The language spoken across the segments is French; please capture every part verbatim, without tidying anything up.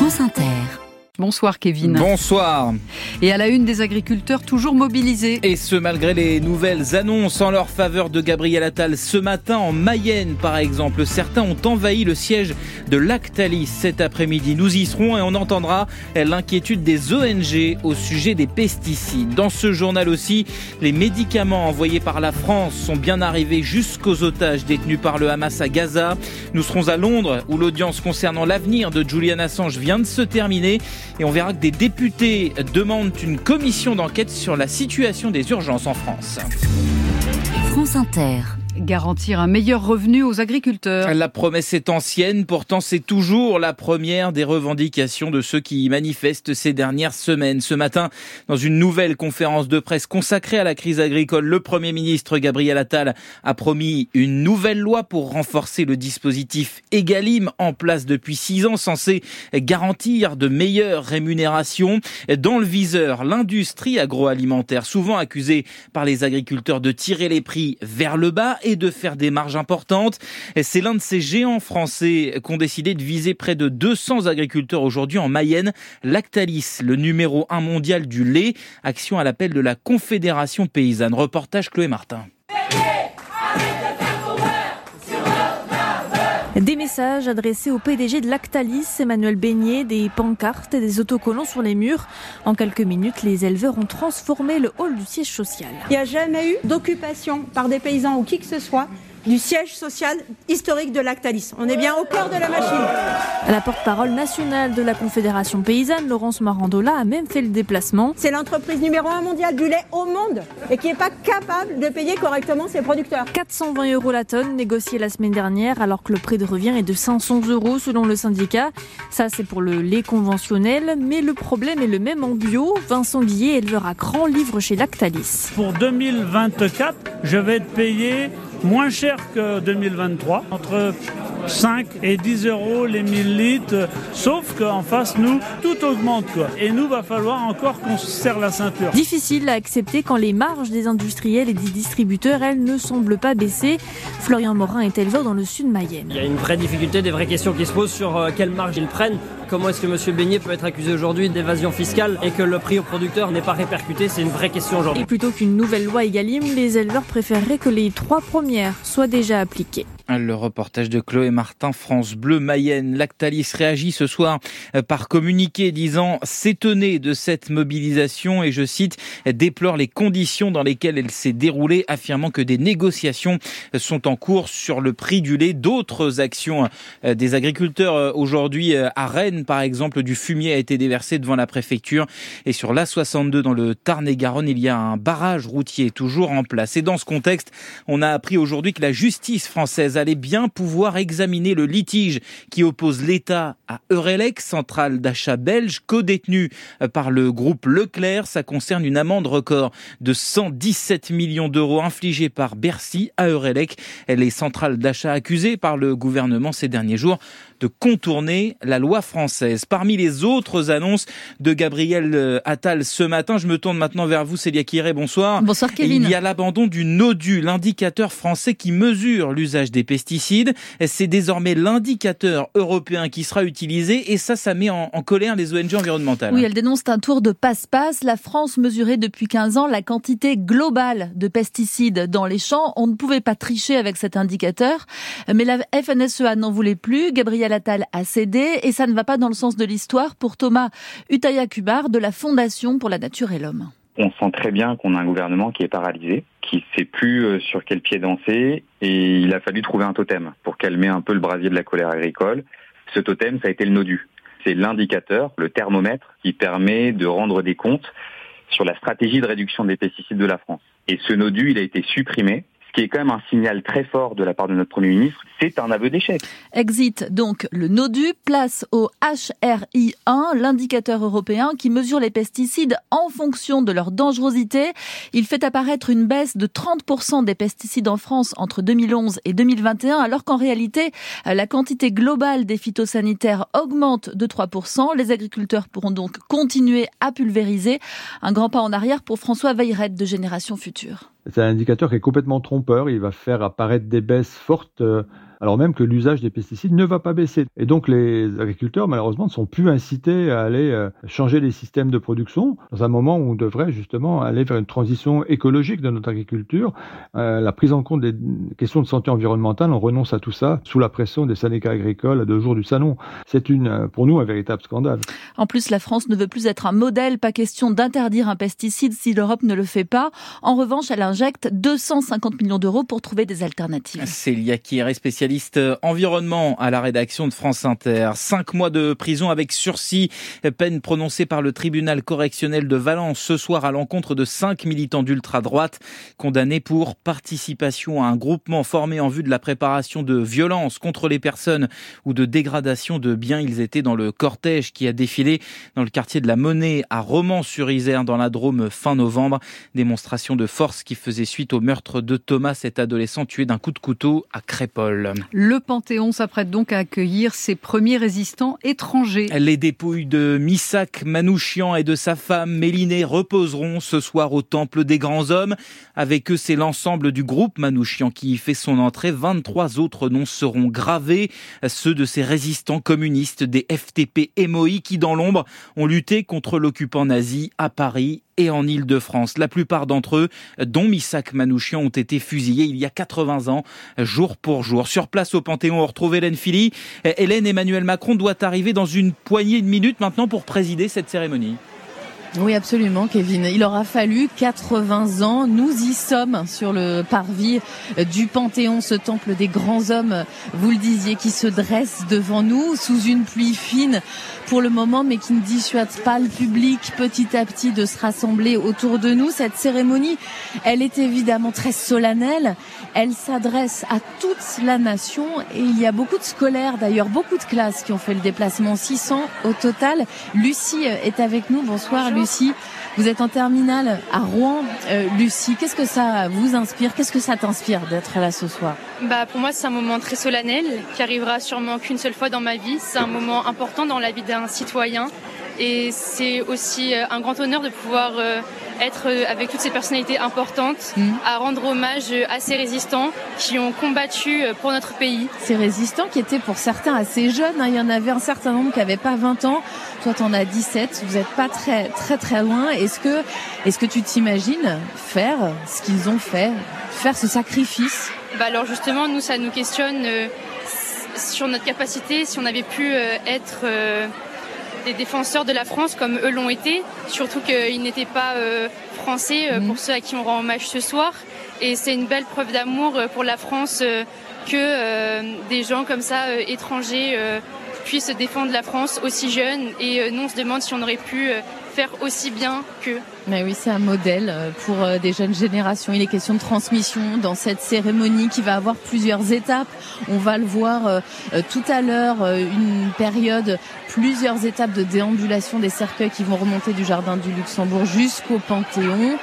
France Inter. Bonsoir Kevin. Bonsoir. Et à la une, des agriculteurs toujours mobilisés. Et ce malgré les nouvelles annonces en leur faveur de Gabriel Attal. Ce matin en Mayenne par exemple, certains ont envahi le siège de Lactalis cet après-midi. Nous y serons et on entendra l'inquiétude des O N G au sujet des pesticides. Dans ce journal aussi, les médicaments envoyés par la France sont bien arrivés jusqu'aux otages détenus par le Hamas à Gaza. Nous serons à Londres où l'audience concernant l'avenir de Julian Assange vient de se terminer. Et on verra que des députés demandent une commission d'enquête sur la situation des urgences en France. France Inter. Garantir un meilleur revenu aux agriculteurs. La promesse est ancienne, pourtant c'est toujours la première des revendications de ceux qui manifestent ces dernières semaines. Ce matin, dans une nouvelle conférence de presse consacrée à la crise agricole, le Premier ministre Gabriel Attal a promis une nouvelle loi pour renforcer le dispositif Egalim en place depuis six ans, censé garantir de meilleures rémunérations. Dans le viseur, l'industrie agroalimentaire, souvent accusée par les agriculteurs de tirer les prix vers le bas et de faire des marges importantes. C'est l'un de ces géants français qui ont décidé de viser près de deux cents agriculteurs aujourd'hui en Mayenne. Lactalis, le numéro un mondial du lait, action à l'appel de la Confédération paysanne. Reportage Chloé Martin. Des messages adressés au P D G de Lactalis, Emmanuel Beignet, des pancartes et des autocollants sur les murs. En quelques minutes, les éleveurs ont transformé le hall du siège social. Il n'y a jamais eu d'occupation par des paysans ou qui que ce soit du siège social historique de Lactalis. On est bien au cœur de la machine. La porte-parole nationale de la Confédération paysanne, Laurence Marandola, a même fait le déplacement. C'est l'entreprise numéro un mondiale du lait au monde et qui n'est pas capable de payer correctement ses producteurs. quatre cent vingt euros la tonne, négociée la semaine dernière, alors que le prix de revient est de cinq cents euros selon le syndicat. Ça, c'est pour le lait conventionnel, mais le problème est le même en bio. Vincent Guillet, éleveur à Cran, livre chez Lactalis. Pour deux mille vingt-quatre, je vais être payé moins cher que deux mille vingt-trois, entre cinq et dix euros les mille litres, sauf qu'en face, nous, tout augmente, quoi. Et nous, va falloir encore qu'on se serre la ceinture. Difficile à accepter quand les marges des industriels et des distributeurs, elles, ne semblent pas baisser. Florian Morin est éleveur dans le sud Mayenne. Il y a une vraie difficulté, des vraies questions qui se posent sur euh, quelle marge ils prennent. Comment est-ce que M. Beignet peut être accusé aujourd'hui d'évasion fiscale et que le prix au producteur n'est pas répercuté? C'est une vraie question aujourd'hui. Et plutôt qu'une nouvelle loi Egalim, les éleveurs préféreraient que les trois premières soient déjà appliquées. Le reportage de Chloé Martin, France Bleu Mayenne. Lactalis réagit ce soir par communiqué disant s'étonner de cette mobilisation et, je cite, déplore les conditions dans lesquelles elle s'est déroulée, affirmant que des négociations sont en cours sur le prix du lait. D'autres actions des agriculteurs aujourd'hui à Rennes, par exemple, du fumier a été déversé devant la préfecture. Et sur l'A soixante-deux dans le Tarn-et-Garonne, il y a un barrage routier toujours en place. Et dans ce contexte, on a appris aujourd'hui que la justice française allait bien pouvoir examiner le litige qui oppose l'État à Eurelec, centrale d'achat belge, codétenue par le groupe Leclerc. Ça concerne une amende record de cent dix-sept millions d'euros infligée par Bercy à Eurelec. Les centrales d'achat accusées par le gouvernement ces derniers jours de contourner la loi française. Parmi les autres annonces de Gabriel Attal ce matin, je me tourne maintenant vers vous, Célia Kiré, bonsoir. Bonsoir Kevin. Il y a l'abandon du NODU, l'indicateur français qui mesure l'usage des pesticides. C'est désormais l'indicateur européen qui sera utilisé et ça, ça met en, en colère les O N G environnementales. Oui, elle dénonce un tour de passe-passe. La France mesurait depuis quinze ans la quantité globale de pesticides dans les champs. On ne pouvait pas tricher avec cet indicateur, mais la F N S E A n'en voulait plus. Gabriel Attal a cédé et ça ne va pas dans le sens de l'histoire pour Thomas Utaya-Kumar de la Fondation pour la Nature et l'Homme. On sent très bien qu'on a un gouvernement qui est paralysé, qui ne sait plus sur quel pied danser, et il a fallu trouver un totem pour calmer un peu le brasier de la colère agricole. Ce totem, ça a été le NODU. C'est l'indicateur, le thermomètre, qui permet de rendre des comptes sur la stratégie de réduction des pesticides de la France. Et ce NODU, il a été supprimé, ce qui est quand même un signal très fort de la part de notre Premier ministre, c'est un aveu d'échec. Exit donc le NODU, place au H R I un, l'indicateur européen qui mesure les pesticides en fonction de leur dangerosité. Il fait apparaître une baisse de trente pour cent des pesticides en France entre deux mille onze et deux mille vingt et un, alors qu'en réalité, la quantité globale des phytosanitaires augmente de trois pour cent. Les agriculteurs pourront donc continuer à pulvériser. Un grand pas en arrière pour François Veillerette de Génération Future. C'est un indicateur qui est complètement trompeur. Il va faire apparaître des baisses fortes alors même que l'usage des pesticides ne va pas baisser. Et donc les agriculteurs, malheureusement, ne sont plus incités à aller euh, changer les systèmes de production dans un moment où on devrait justement aller vers une transition écologique de notre agriculture. Euh, la prise en compte des questions de santé environnementale, on renonce à tout ça sous la pression des syndicats agricoles à deux jours du salon. C'est une, pour nous un véritable scandale. En plus, la France ne veut plus être un modèle, pas question d'interdire un pesticide si l'Europe ne le fait pas. En revanche, elle injecte deux cent cinquante millions d'euros pour trouver des alternatives. Célia Kir, spécialiste environnement à la rédaction de France Inter. Cinq mois de prison avec sursis, peine prononcée par le tribunal correctionnel de Valence ce soir à l'encontre de cinq militants d'ultra-droite condamnés pour participation à un groupement formé en vue de la préparation de violences contre les personnes ou de dégradation de biens. Ils étaient dans le cortège qui a défilé dans le quartier de la Monnaie à Romans-sur-Isère dans la Drôme fin novembre. Démonstration de force qui faisait suite au meurtre de Thomas, cet adolescent tué d'un coup de couteau à Crépol. Le Panthéon s'apprête donc à accueillir ses premiers résistants étrangers. Les dépouilles de Missak Manouchian et de sa femme Mélinée reposeront ce soir au Temple des Grands Hommes. Avec eux, c'est l'ensemble du groupe Manouchian qui y fait son entrée. vingt-trois autres noms seront gravés, ceux de ces résistants communistes des F T P M O I qui, dans l'ombre, ont lutté contre l'occupant nazi à Paris et en Île-de-France. La plupart d'entre eux, dont Missak Manouchian, ont été fusillés il y a quatre-vingts ans, jour pour jour. Sur place au Panthéon, on retrouve Hélène Philly. Hélène, Emmanuel Macron doit arriver dans une poignée de minutes maintenant pour présider cette cérémonie. Oui, absolument, Kevin. Il aura fallu quatre-vingts ans. Nous y sommes sur le parvis du Panthéon, ce temple des grands hommes, vous le disiez, qui se dresse devant nous sous une pluie fine pour le moment, mais qui ne dissuade pas le public petit à petit de se rassembler autour de nous. Cette cérémonie, elle est évidemment très solennelle. Elle s'adresse à toute la nation et il y a beaucoup de scolaires, d'ailleurs, beaucoup de classes qui ont fait le déplacement, six cents au total. Lucie est avec nous. Bonsoir, Lucie. Lucie, vous êtes en terminale à Rouen. Euh, Lucie, qu'est-ce que ça vous inspire? Qu'est-ce que ça t'inspire d'être là ce soir? Bah, pour moi, c'est un moment très solennel qui arrivera sûrement qu'une seule fois dans ma vie. C'est un moment important dans la vie d'un citoyen. Et c'est aussi un grand honneur de pouvoir être avec toutes ces personnalités importantes, mmh. à rendre hommage à ces résistants qui ont combattu pour notre pays. Ces résistants qui étaient pour certains assez jeunes, hein. Il y en avait un certain nombre qui n'avaient pas vingt ans. Toi, t'en as dix-sept. Vous n'êtes pas très, très, très loin. Est-ce que, est-ce que tu t'imagines faire ce qu'ils ont fait, faire ce sacrifice? Bah alors justement, nous, ça nous questionne euh, sur notre capacité, si on avait pu euh, être... Euh, des défenseurs de la France comme eux l'ont été, surtout qu'ils n'étaient pas euh, français euh, mmh. pour ceux à qui on rend hommage ce soir. Et c'est une belle preuve d'amour pour la France euh, que euh, des gens comme ça, euh, étrangers, euh, puissent défendre la France aussi jeunes. Et euh, nous, on se demande si on aurait pu euh, faire aussi bien qu'eux. Mais oui, c'est un modèle pour des jeunes générations. Il est question de transmission dans cette cérémonie qui va avoir plusieurs étapes. On va le voir euh, tout à l'heure, euh, une période, plusieurs étapes de déambulation des cercueils qui vont remonter du jardin du Luxembourg jusqu'au Panthéon.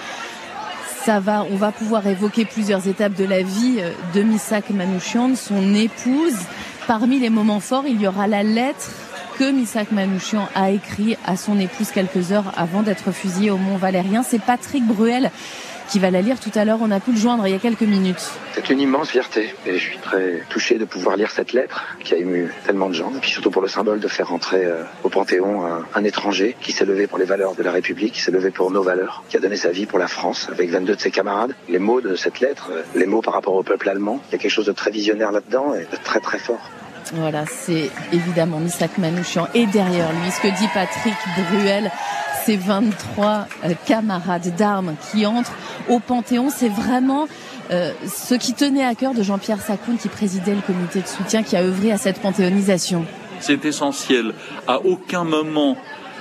Ça va, on va pouvoir évoquer plusieurs étapes de la vie de Missak Manouchian, de son épouse. Parmi les moments forts, il y aura la lettre que Missak Manouchian a écrit à son épouse quelques heures avant d'être fusillé au Mont-Valérien. C'est Patrick Bruel qui va la lire tout à l'heure. On a pu le joindre il y a quelques minutes. C'est une immense fierté et je suis très touché de pouvoir lire cette lettre qui a ému tellement de gens. Et puis surtout pour le symbole de faire entrer euh, au Panthéon un, un étranger qui s'est levé pour les valeurs de la République, qui s'est levé pour nos valeurs, qui a donné sa vie pour la France avec vingt-deux de ses camarades. Les mots de cette lettre, euh, les mots par rapport au peuple allemand, il y a quelque chose de très visionnaire là-dedans et de très très fort. Voilà, c'est évidemment Missak Manouchian. Et derrière lui, ce que dit Patrick Bruel, ces vingt-trois euh, camarades d'armes qui entrent au Panthéon, c'est vraiment euh, ce qui tenait à cœur de Jean-Pierre Saccoune, qui présidait le comité de soutien, qui a œuvré à cette panthéonisation. C'est essentiel. À aucun moment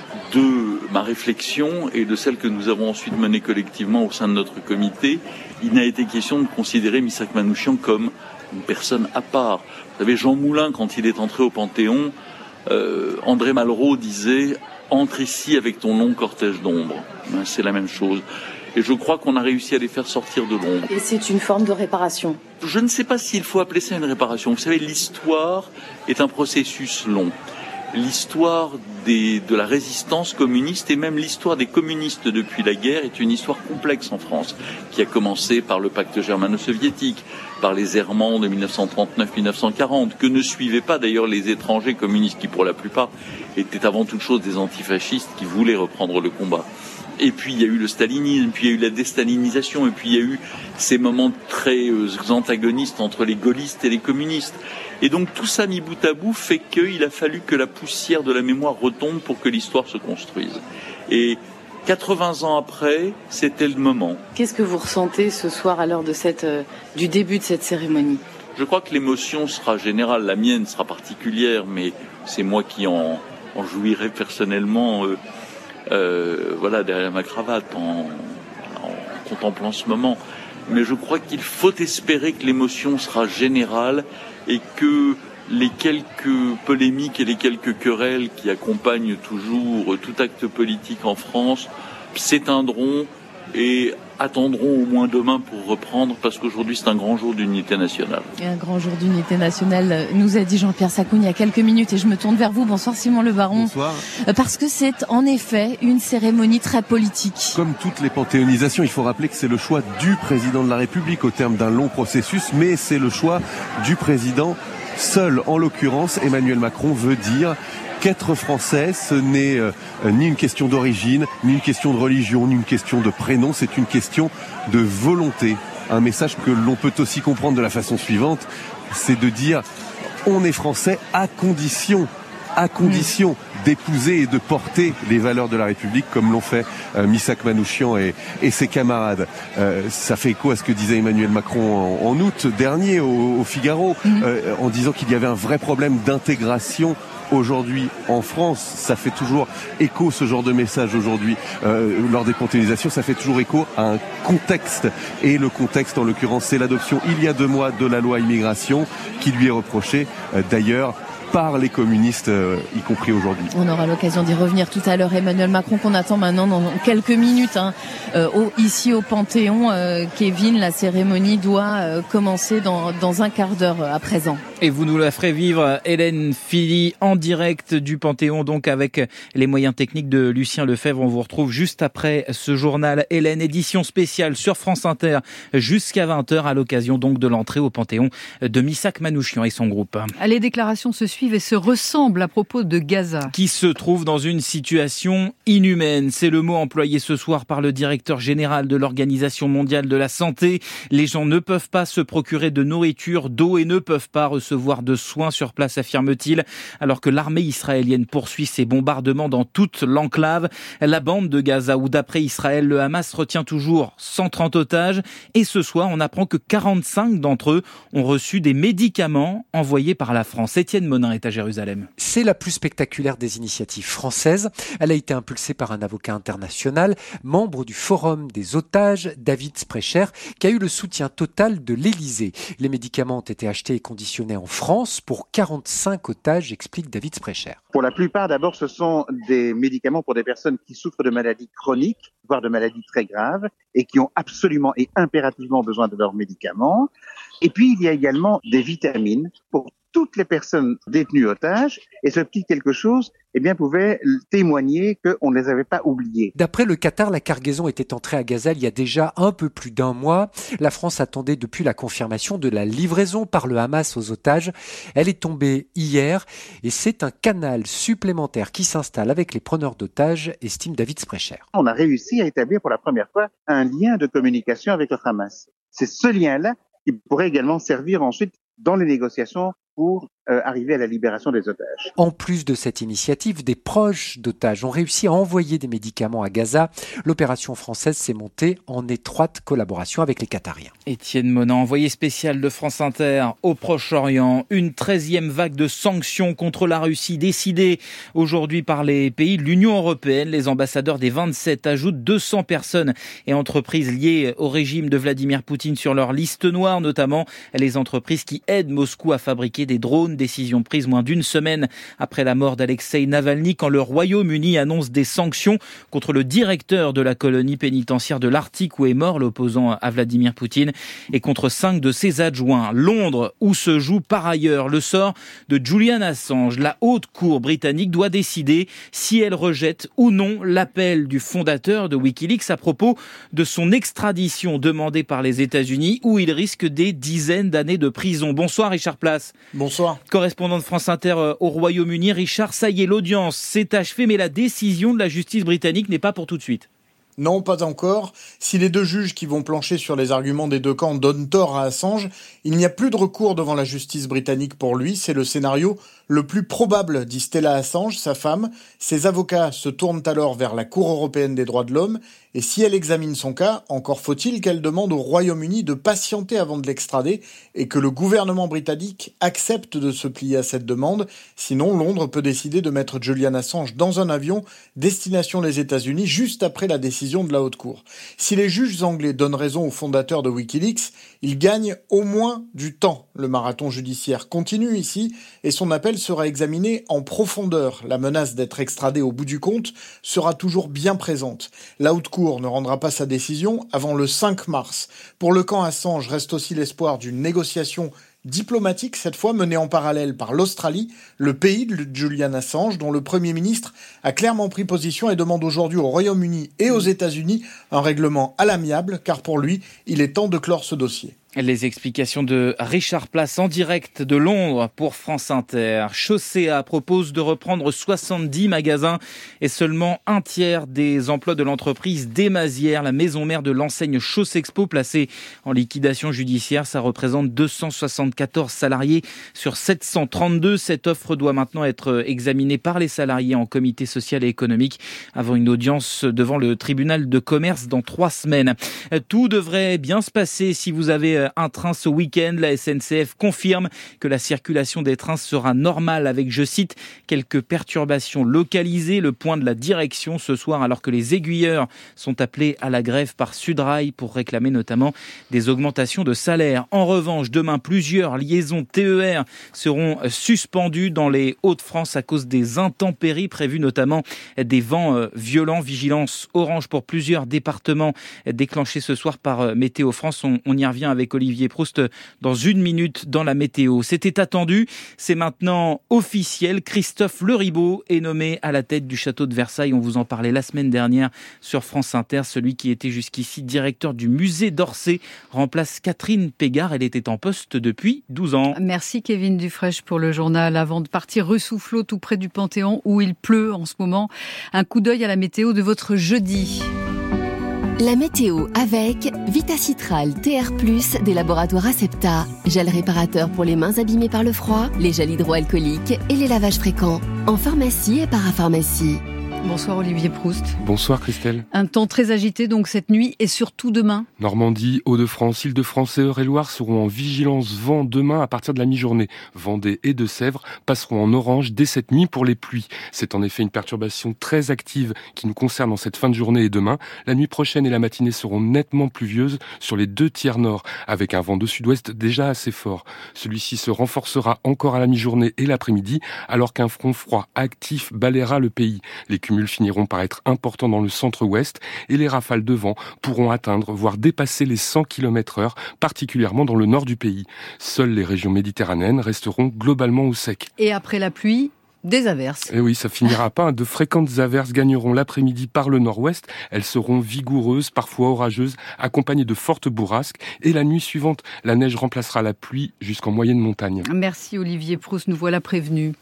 de ma réflexion et de celle que nous avons ensuite menée collectivement au sein de notre comité, il n'a été question de considérer Missak Manouchian comme une personne à part. Vous savez, Jean Moulin, quand il est entré au Panthéon, euh, André Malraux disait « Entre ici avec ton long cortège d'ombre ». C'est la même chose. Et je crois qu'on a réussi à les faire sortir de l'ombre. Et c'est une forme de réparation. Je ne sais pas s'il faut appeler ça une réparation. Vous savez, l'histoire est un processus long. l'histoire des, de la résistance communiste et même l'histoire des communistes depuis la guerre est une histoire complexe en France, qui a commencé par le pacte germano-soviétique, par les errements de dix-neuf cent trente-neuf à dix-neuf cent quarante, que ne suivaient pas d'ailleurs les étrangers communistes qui, pour la plupart, étaient avant toute chose des antifascistes qui voulaient reprendre le combat. Et puis il y a eu le stalinisme, puis il y a eu la déstalinisation, et puis il y a eu ces moments très euh, antagonistes entre les gaullistes et les communistes. Et donc tout ça mis bout à bout fait qu'il a fallu que la poussière de la mémoire retombe pour que l'histoire se construise. Et quatre-vingts ans après, c'était le moment. Qu'est-ce que vous ressentez ce soir à l'heure de cette, euh, du début de cette cérémonie ? Je crois que l'émotion sera générale, la mienne sera particulière, mais c'est moi qui en, en jouirai personnellement. Euh, Euh, voilà, derrière ma cravate, en, en contemplant ce moment. Mais je crois qu'il faut espérer que l'émotion sera générale et que les quelques polémiques et les quelques querelles qui accompagnent toujours tout acte politique en France s'éteindront et attendront au moins demain pour reprendre, parce qu'aujourd'hui c'est un grand jour d'unité nationale. Et un grand jour d'unité nationale, nous a dit Jean-Pierre Saccoune il y a quelques minutes, et je me tourne vers vous. Bonsoir Simon Le Baron. Bonsoir. Parce que c'est en effet une cérémonie très politique. Comme toutes les panthéonisations, il faut rappeler que c'est le choix du président de la République au terme d'un long processus, mais c'est le choix du président seul. En l'occurrence, Emmanuel Macron veut dire qu'être français, ce n'est euh, ni une question d'origine, ni une question de religion, ni une question de prénom, c'est une question de volonté. Un message que l'on peut aussi comprendre de la façon suivante, c'est de dire on est français à condition, à condition mmh. d'épouser et de porter les valeurs de la République comme l'ont fait euh, Missak Manouchian et, et ses camarades. Euh, ça fait écho à ce que disait Emmanuel Macron en, en août dernier au, au Figaro, mmh. euh, en disant qu'il y avait un vrai problème d'intégration aujourd'hui en France. Ça fait toujours écho, ce genre de message aujourd'hui euh, lors des panthéonisations, ça fait toujours écho à un contexte, et le contexte en l'occurrence c'est l'adoption il y a deux mois de la loi immigration qui lui est reprochée euh, d'ailleurs par les communistes, euh, y compris aujourd'hui. On aura l'occasion d'y revenir tout à l'heure. Emmanuel Macron qu'on attend maintenant dans quelques minutes hein, euh, au, ici au Panthéon. Euh, Kevin, la cérémonie doit euh, commencer dans, dans un quart d'heure à présent. Et vous nous la ferez vivre, Hélène Philly, en direct du Panthéon, donc avec les moyens techniques de Lucien Lefebvre. On vous retrouve juste après ce journal. Hélène, édition spéciale sur France Inter jusqu'à vingt heures à l'occasion donc de l'entrée au Panthéon de Missak Manouchian et son groupe. Les déclarations se suivent et se ressemblent à propos de Gaza. Qui se trouve dans une situation inhumaine. C'est le mot employé ce soir par le directeur général de l'Organisation mondiale de la santé. Les gens ne peuvent pas se procurer de nourriture, d'eau et ne peuvent pas recevoir de soins sur place, affirme-t-il, alors que l'armée israélienne poursuit ses bombardements dans toute l'enclave. La bande de Gaza, où d'après Israël, le Hamas retient toujours cent trente otages. Et ce soir, on apprend que quarante-cinq d'entre eux ont reçu des médicaments envoyés par la France. Étienne Monin est à Jérusalem. C'est la plus spectaculaire des initiatives françaises. Elle a été impulsée par un avocat international, membre du Forum des otages, David Sprecher, qui a eu le soutien total de l'Élysée. Les médicaments ont été achetés et conditionnés en France pour quarante-cinq otages, explique David Sprecher. Pour la plupart, d'abord, ce sont des médicaments pour des personnes qui souffrent de maladies chroniques, voire de maladies très graves, et qui ont absolument et impérativement besoin de leurs médicaments. Et puis, il y a également des vitamines pour toutes les personnes détenues otages, et ce petit quelque chose, eh bien, pouvait témoigner qu'on ne les avait pas oubliés. D'après le Qatar, la cargaison était entrée à Gaza il y a déjà un peu plus d'un mois. La France attendait depuis la confirmation de la livraison par le Hamas aux otages. Elle est tombée hier, et c'est un canal supplémentaire qui s'installe avec les preneurs d'otages, estime David Sprecher. On a réussi à établir pour la première fois un lien de communication avec le Hamas. C'est ce lien-là qui pourrait également servir ensuite dans les négociations pour euh, arriver à la libération des otages. En plus de cette initiative, des proches d'otages ont réussi à envoyer des médicaments à Gaza. L'opération française s'est montée en étroite collaboration avec les Qatariens. Étienne Monin, envoyé spécial de France Inter au Proche-Orient. Une treizième vague de sanctions contre la Russie décidée aujourd'hui par les pays de l'Union européenne. Les ambassadeurs des vingt-sept ajoutent deux cents personnes et entreprises liées au régime de Vladimir Poutine sur leur liste noire, notamment les entreprises qui aident Moscou à fabriquer des drones une décision prise moins d'une semaine après la mort d'Alexei Navalny, quand le Royaume-Uni annonce des sanctions contre le directeur de la colonie pénitentiaire de l'Arctique où est mort l'opposant à Vladimir Poutine et contre cinq de ses adjoints. Londres, où se joue par ailleurs le sort de Julian Assange. La haute cour britannique doit décider si elle rejette ou non l'appel du fondateur de Wikileaks à propos de son extradition demandée par les États-Unis, où il risque des dizaines d'années de prison. Bonsoir Richard Place. Bonsoir. Correspondant de France Inter au Royaume-Uni. Richard, ça y est, l'audience s'est achevée, mais la décision de la justice britannique n'est pas pour tout de suite. Non, pas encore. Si les deux juges qui vont plancher sur les arguments des deux camps donnent tort à Assange, il n'y a plus de recours devant la justice britannique pour lui. C'est le scénario le plus probable, dit Stella Assange, sa femme. Ses avocats se tournent alors vers la Cour européenne des droits de l'homme. Et si elle examine son cas, encore faut-il qu'elle demande au Royaume-Uni de patienter avant de l'extrader et que le gouvernement britannique accepte de se plier à cette demande. Sinon, Londres peut décider de mettre Julian Assange dans un avion destination les États-Unis juste après la décision de la Haute Cour. Si les juges anglais donnent raison au fondateur de Wikileaks, ils gagnent au moins du temps. Le marathon judiciaire continue ici et son appel sera examiné en profondeur. La menace d'être extradé au bout du compte sera toujours bien présente. La Haute Cour ne rendra pas sa décision avant le cinq mars. Pour le camp Assange reste aussi l'espoir d'une négociation diplomatique, cette fois menée en parallèle par l'Australie, le pays de Julian Assange, dont le Premier ministre a clairement pris position et demande aujourd'hui au Royaume-Uni et aux États-Unis un règlement à l'amiable, car pour lui, il est temps de clore ce dossier. Les explications de Richard Place en direct de Londres pour France Inter. Chaussea propose de reprendre soixante-dix magasins et seulement un tiers des emplois de l'entreprise Desmazières, la maison mère de l'enseigne Chaussexpo placée en liquidation judiciaire. Ça représente deux cent soixante-quatorze salariés sur sept cent trente-deux. Cette offre doit maintenant être examinée par les salariés en comité social et économique avant une audience devant le tribunal de commerce dans trois semaines. Tout devrait bien se passer si vous avez un train ce week-end. La S N C F confirme que la circulation des trains sera normale avec, je cite, quelques perturbations localisées. Le point de la direction ce soir alors que les aiguilleurs sont appelés à la grève par Sudrail pour réclamer notamment des augmentations de salaire. En revanche, demain, plusieurs liaisons T E R seront suspendues dans les Hauts-de-France à cause des intempéries prévues, notamment des vents violents. Vigilance orange pour plusieurs départements déclenchés ce soir par Météo France. On, on y revient avec Olivier Proust dans une minute dans la météo. C'était attendu, c'est maintenant officiel. Christophe Leribaud est nommé à la tête du château de Versailles. On vous en parlait la semaine dernière sur France Inter. Celui qui était jusqu'ici directeur du musée d'Orsay remplace Catherine Pégard. Elle était en poste depuis douze ans. Merci Kevin Dufresne pour le journal. Avant de partir rue Soufflot, tout près du Panthéon où il pleut en ce moment, un coup d'œil à la météo de votre jeudi. La météo avec Vitacitral T R plus des laboratoires Acepta. Gel réparateur pour les mains abîmées par le froid, les gels hydroalcooliques et les lavages fréquents. En pharmacie et parapharmacie. Bonsoir Olivier Proust. Bonsoir Christelle. Un temps très agité donc cette nuit et surtout demain. Normandie, Hauts-de-France, Île-de-France et Eure-et-Loire seront en vigilance vent demain à partir de la mi-journée. Vendée et Deux-Sèvres passeront en orange dès cette nuit pour les pluies. C'est en effet une perturbation très active qui nous concerne en cette fin de journée et demain. La nuit prochaine et la matinée seront nettement pluvieuses sur les deux tiers nord avec un vent de sud-ouest déjà assez fort. Celui-ci se renforcera encore à la mi-journée et l'après-midi alors qu'un front froid actif balayera le pays. Les cumuls finiront par être importants dans le centre-ouest et les rafales de vent pourront atteindre, voire dépasser les cent kilomètres heure, particulièrement dans le nord du pays. Seules les régions méditerranéennes resteront globalement au sec. Et après la pluie, des averses. Et oui, ça finira pas. De fréquentes averses gagneront l'après-midi par le nord-ouest. Elles seront vigoureuses, parfois orageuses, accompagnées de fortes bourrasques. Et la nuit suivante, la neige remplacera la pluie jusqu'en moyenne montagne. Merci Olivier Proust, nous voilà prévenus.